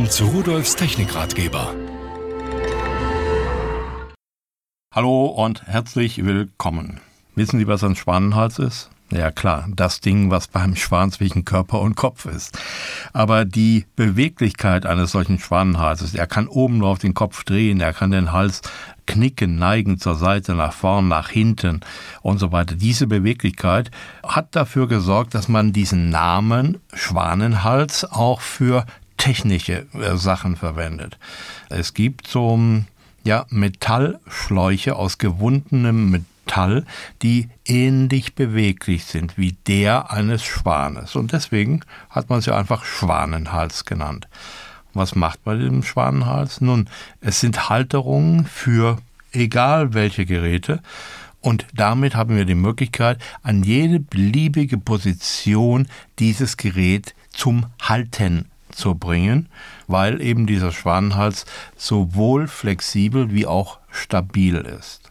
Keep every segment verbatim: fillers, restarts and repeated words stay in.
zu Rudolfs Technikratgeber. Hallo und herzlich willkommen. Wissen Sie, was ein Schwanenhals ist? Ja klar, das Ding, was beim Schwan zwischen Körper und Kopf ist. Aber die Beweglichkeit eines solchen Schwanenhalses, er kann oben auf den Kopf drehen, er kann den Hals knicken, neigen zur Seite, nach vorn, nach hinten und so weiter. Diese Beweglichkeit hat dafür gesorgt, dass man diesen Namen Schwanenhals auch für technische äh, Sachen verwendet. Es gibt so ja, Metallschläuche aus gewundenem Metall, die ähnlich beweglich sind wie der eines Schwanes. Und deswegen hat man sie einfach Schwanenhals genannt. Was macht man mit dem Schwanenhals? Nun, es sind Halterungen für egal welche Geräte. Und damit haben wir die Möglichkeit, an jede beliebige Position dieses Gerät zum Halten zu bringen, weil eben dieser Schwanenhals sowohl flexibel wie auch stabil ist.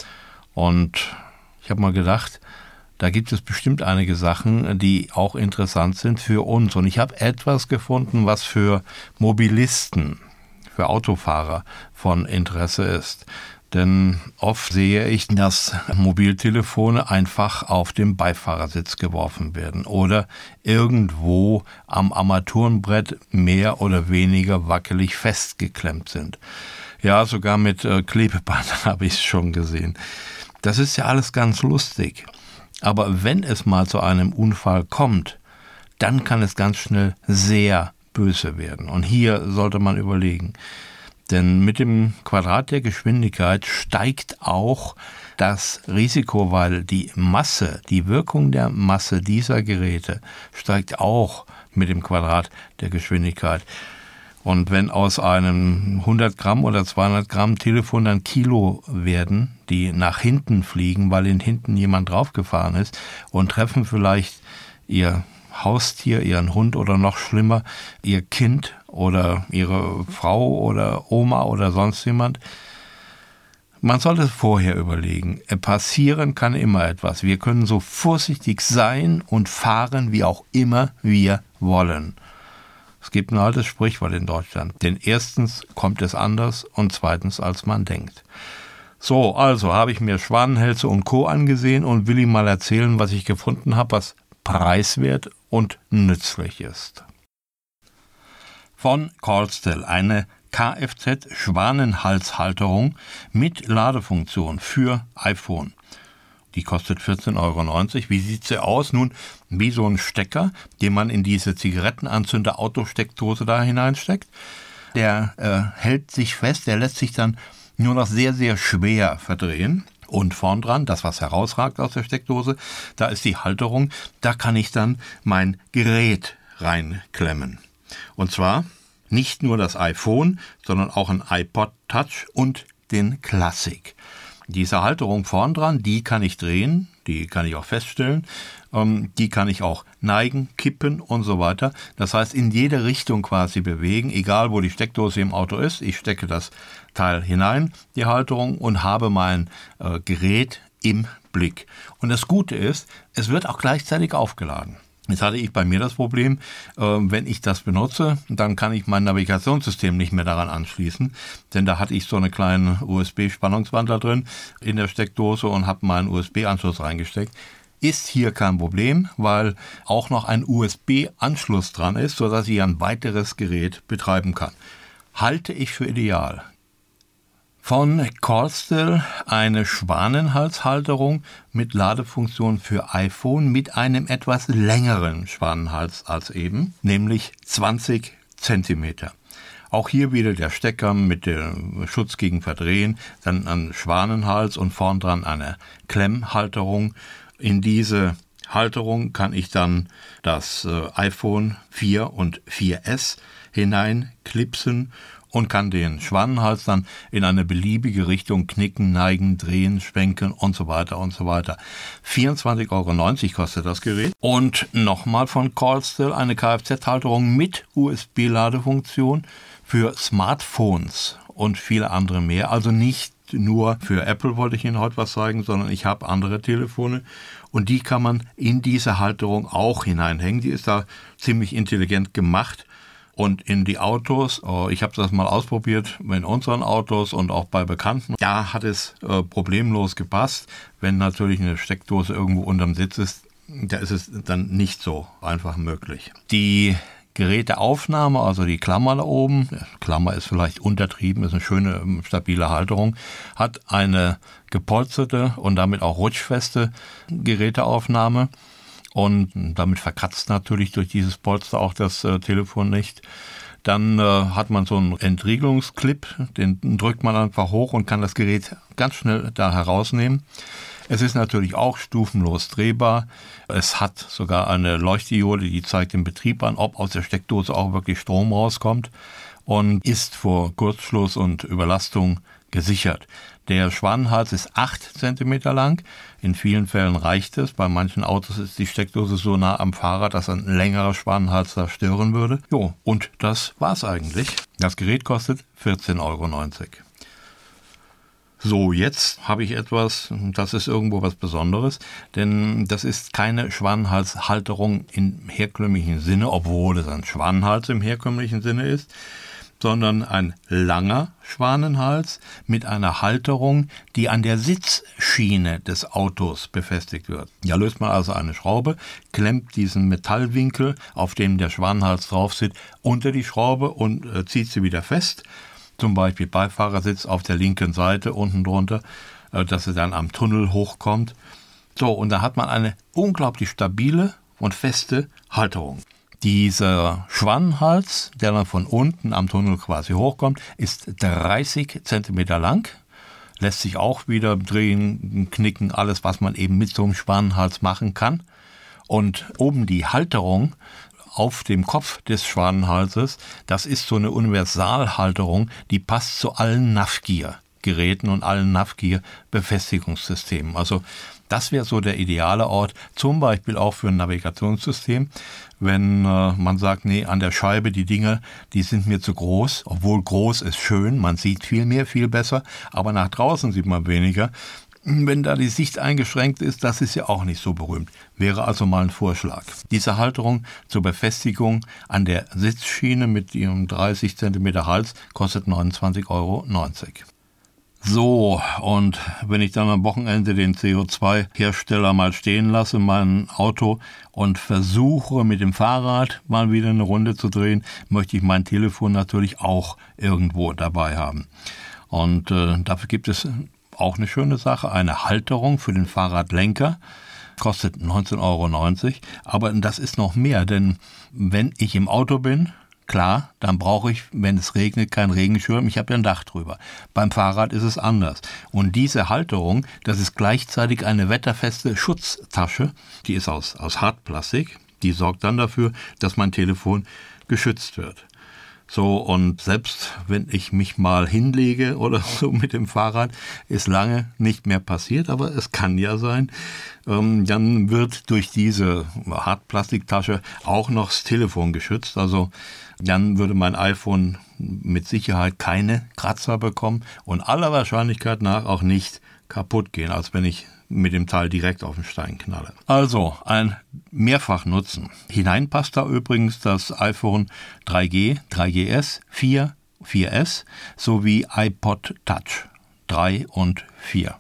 Und ich habe mal gedacht, da gibt es bestimmt einige Sachen, die auch interessant sind für uns. Und ich habe etwas gefunden, was für Mobilisten, für Autofahrer von Interesse ist. Denn oft sehe ich, dass Mobiltelefone einfach auf dem Beifahrersitz geworfen werden oder irgendwo am Armaturenbrett mehr oder weniger wackelig festgeklemmt sind. Ja, sogar mit äh, Klebeband habe ich es schon gesehen. Das ist ja alles ganz lustig. Aber wenn es mal zu einem Unfall kommt, dann kann es ganz schnell sehr böse werden. Und hier sollte man überlegen. Denn mit dem Quadrat der Geschwindigkeit steigt auch das Risiko, weil die Masse, die Wirkung der Masse dieser Geräte steigt auch mit dem Quadrat der Geschwindigkeit. Und wenn aus einem hundert Gramm oder zweihundert Gramm Telefon dann Kilo werden, die nach hinten fliegen, weil in hinten jemand draufgefahren ist und treffen vielleicht ihr Haustier, ihren Hund oder noch schlimmer, ihr Kind oder ihre Frau oder Oma oder sonst jemand. Man sollte es vorher überlegen. Passieren kann immer etwas. Wir können so vorsichtig sein und fahren, wie auch immer wir wollen. Es gibt ein altes Sprichwort in Deutschland. Denn erstens kommt es anders und zweitens, als man denkt. So, also habe ich mir Schwanenhälse und Co. angesehen und will Ihnen mal erzählen, was ich gefunden habe, was preiswert und nützlich ist. Von Callstill eine Kfz-Schwanenhalshalterung mit Ladefunktion für iPhone. Die kostet vierzehn Euro neunzig. Wie sieht sie aus? Nun, wie so ein Stecker, den man in diese Zigarettenanzünder-Autosteckdose da hineinsteckt. Der äh, hält sich fest, der lässt sich dann nur noch sehr, sehr schwer verdrehen. Und vorn dran, das was herausragt aus der Steckdose, da ist die Halterung, da kann ich dann mein Gerät reinklemmen. Und zwar nicht nur das iPhone, sondern auch ein iPod Touch und den Classic. Diese Halterung vorn dran, die kann ich drehen, die kann ich auch feststellen, ähm, die kann ich auch neigen, kippen und so weiter. Das heißt, in jede Richtung quasi bewegen, egal wo die Steckdose im Auto ist. Ich stecke das Teil hinein, die Halterung, und habe mein äh, Gerät im Blick. Und das Gute ist, es wird auch gleichzeitig aufgeladen. Jetzt hatte ich bei mir das Problem, äh, wenn ich das benutze, dann kann ich mein Navigationssystem nicht mehr daran anschließen, denn da hatte ich so eine kleine U S B-Spannungswandler drin in der Steckdose und habe meinen U S B-Anschluss reingesteckt. Ist hier kein Problem, weil auch noch ein U S B-Anschluss dran ist, sodass ich ein weiteres Gerät betreiben kann. Halte ich für ideal. Von Callstill eine Schwanenhalshalterung mit Ladefunktion für iPhone mit einem etwas längeren Schwanenhals als eben, nämlich zwanzig Zentimeter. Auch hier wieder der Stecker mit dem Schutz gegen Verdrehen, dann ein Schwanenhals und vorn dran eine Klemmhalterung. In diese Halterung kann ich dann das äh, iPhone vier und vier S hineinklipsen und kann den Schwanenhals dann in eine beliebige Richtung knicken, neigen, drehen, schwenken und so weiter und so weiter. vierundzwanzig Euro neunzig kostet das Gerät. Und nochmal von Callstill eine Kfz-Halterung mit U S B-Ladefunktion für Smartphones und viele andere mehr. Also nicht nur für Apple wollte ich Ihnen heute was zeigen, sondern ich habe andere Telefone und die kann man in diese Halterung auch hineinhängen. Die ist da ziemlich intelligent gemacht. Und in die Autos, ich habe das mal ausprobiert in unseren Autos und auch bei Bekannten, da hat es problemlos gepasst. Wenn natürlich eine Steckdose irgendwo unterm Sitz ist, da ist es dann nicht so einfach möglich. Die Geräteaufnahme, also die Klammer da oben, Klammer ist vielleicht untertrieben, ist eine schöne, stabile Halterung, hat eine gepolsterte und damit auch rutschfeste Geräteaufnahme. Und damit verkratzt natürlich durch dieses Polster auch das äh, Telefon nicht. Dann äh, hat man so einen Entriegelungsclip, den drückt man einfach hoch und kann das Gerät ganz schnell da herausnehmen. Es ist natürlich auch stufenlos drehbar. Es hat sogar eine Leuchtdiode, die zeigt den Betrieb an, ob aus der Steckdose auch wirklich Strom rauskommt und ist vor Kurzschluss und Überlastung gesichert. Der Schwanenhals ist acht Zentimeter lang. In vielen Fällen reicht es. Bei manchen Autos ist die Steckdose so nah am Fahrrad, dass ein längerer Schwanenhals da stören würde. Jo, und das war's eigentlich. Das Gerät kostet vierzehn Euro neunzig. So, jetzt habe ich etwas, das ist irgendwo was Besonderes, denn das ist keine Schwanenhalshalterung im herkömmlichen Sinne, obwohl es ein Schwanenhals im herkömmlichen Sinne ist, sondern ein langer Schwanenhals mit einer Halterung, die an der Sitzschiene des Autos befestigt wird. Ja, löst man also eine Schraube, klemmt diesen Metallwinkel, auf dem der Schwanenhals drauf sitzt, unter die Schraube und äh, zieht sie wieder fest. Zum Beispiel Beifahrersitz auf der linken Seite unten drunter, äh, dass sie dann am Tunnel hochkommt. So, und da hat man eine unglaublich stabile und feste Halterung. Dieser Schwanenhals, der dann von unten am Tunnel quasi hochkommt, ist dreißig Zentimeter lang, lässt sich auch wieder drehen, knicken, alles, was man eben mit so einem Schwanenhals machen kann. Und oben die Halterung auf dem Kopf des Schwanenhalses, das ist so eine Universalhalterung, die passt zu allen Navgear-Geräten und allen Navgear-Befestigungssystemen. Also das wäre so der ideale Ort, zum Beispiel auch für ein Navigationssystem, wenn äh, man sagt, nee, an der Scheibe die Dinge, die sind mir zu groß, obwohl groß ist schön, man sieht viel mehr, viel besser, aber nach draußen sieht man weniger. Wenn da die Sicht eingeschränkt ist, das ist ja auch nicht so berühmt. Wäre also mal ein Vorschlag. Diese Halterung zur Befestigung an der Sitzschiene mit ihrem dreißig Zentimeter Hals kostet neunundzwanzig Euro neunzig. So, und wenn ich dann am Wochenende den C O zwei Hersteller mal stehen lasse, mein Auto, und versuche mit dem Fahrrad mal wieder eine Runde zu drehen, möchte ich mein Telefon natürlich auch irgendwo dabei haben. Und äh, dafür gibt es auch eine schöne Sache, eine Halterung für den Fahrradlenker, kostet neunzehn Euro neunzig, aber das ist noch mehr, denn wenn ich im Auto bin, klar, dann brauche ich, wenn es regnet, keinen Regenschirm, ich habe ja ein Dach drüber. Beim Fahrrad ist es anders. Und diese Halterung, das ist gleichzeitig eine wetterfeste Schutztasche, die ist aus, aus Hartplastik, die sorgt dann dafür, dass mein Telefon geschützt wird. So, und selbst wenn ich mich mal hinlege oder so mit dem Fahrrad, ist lange nicht mehr passiert, aber es kann ja sein, ähm, dann wird durch diese Hartplastiktasche auch noch das Telefon geschützt, also dann würde mein iPhone mit Sicherheit keine Kratzer bekommen und aller Wahrscheinlichkeit nach auch nicht kaputt gehen, als wenn ich mit dem Teil direkt auf den Stein knalle. Also ein Mehrfachnutzen. Hinein passt da übrigens das iPhone drei G, drei G S, vier, vier S sowie iPod Touch drei und vier.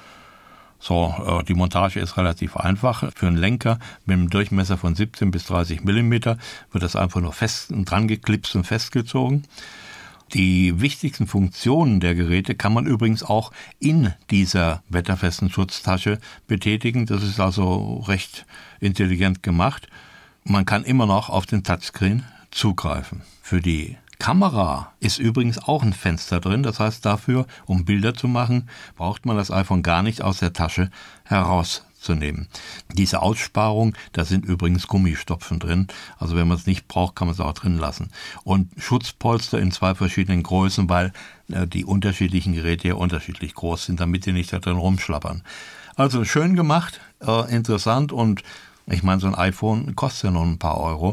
So, die Montage ist relativ einfach. Für einen Lenker mit einem Durchmesser von siebzehn bis dreißig Millimeter wird das einfach nur fest dran geklipst und festgezogen. Die wichtigsten Funktionen der Geräte kann man übrigens auch in dieser wetterfesten Schutztasche betätigen. Das ist also recht intelligent gemacht. Man kann immer noch auf den Touchscreen zugreifen. Für die Kamera ist übrigens auch ein Fenster drin. Das heißt, dafür, um Bilder zu machen, braucht man das iPhone gar nicht aus der Tasche herauszunehmen. Diese Aussparung, da sind übrigens Gummistopfen drin. Also wenn man es nicht braucht, kann man es auch drin lassen. Und Schutzpolster in zwei verschiedenen Größen, weil äh, die unterschiedlichen Geräte ja unterschiedlich groß sind, damit die nicht da drin rumschlappern. Also schön gemacht, äh, interessant, und ich meine, so ein iPhone kostet ja noch ein paar Euro.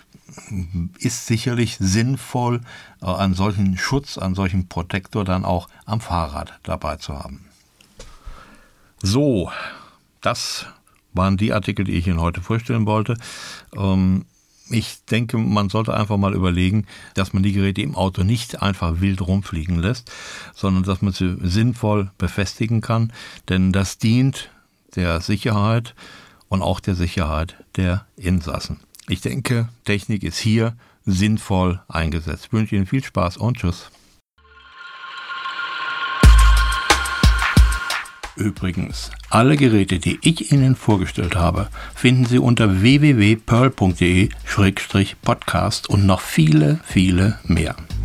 Ist sicherlich sinnvoll, äh, einen solchen Schutz, einen solchen Protektor dann auch am Fahrrad dabei zu haben. So, das waren die Artikel, die ich Ihnen heute vorstellen wollte. Ähm, Ich denke, man sollte einfach mal überlegen, dass man die Geräte im Auto nicht einfach wild rumfliegen lässt, sondern dass man sie sinnvoll befestigen kann, denn das dient der Sicherheit und auch der Sicherheit der Insassen. Ich denke, Technik ist hier sinnvoll eingesetzt. Ich wünsche Ihnen viel Spaß und tschüss. Übrigens, alle Geräte, die ich Ihnen vorgestellt habe, finden Sie unter w w w punkt pearl punkt d e Schrägstrich podcast und noch viele, viele mehr.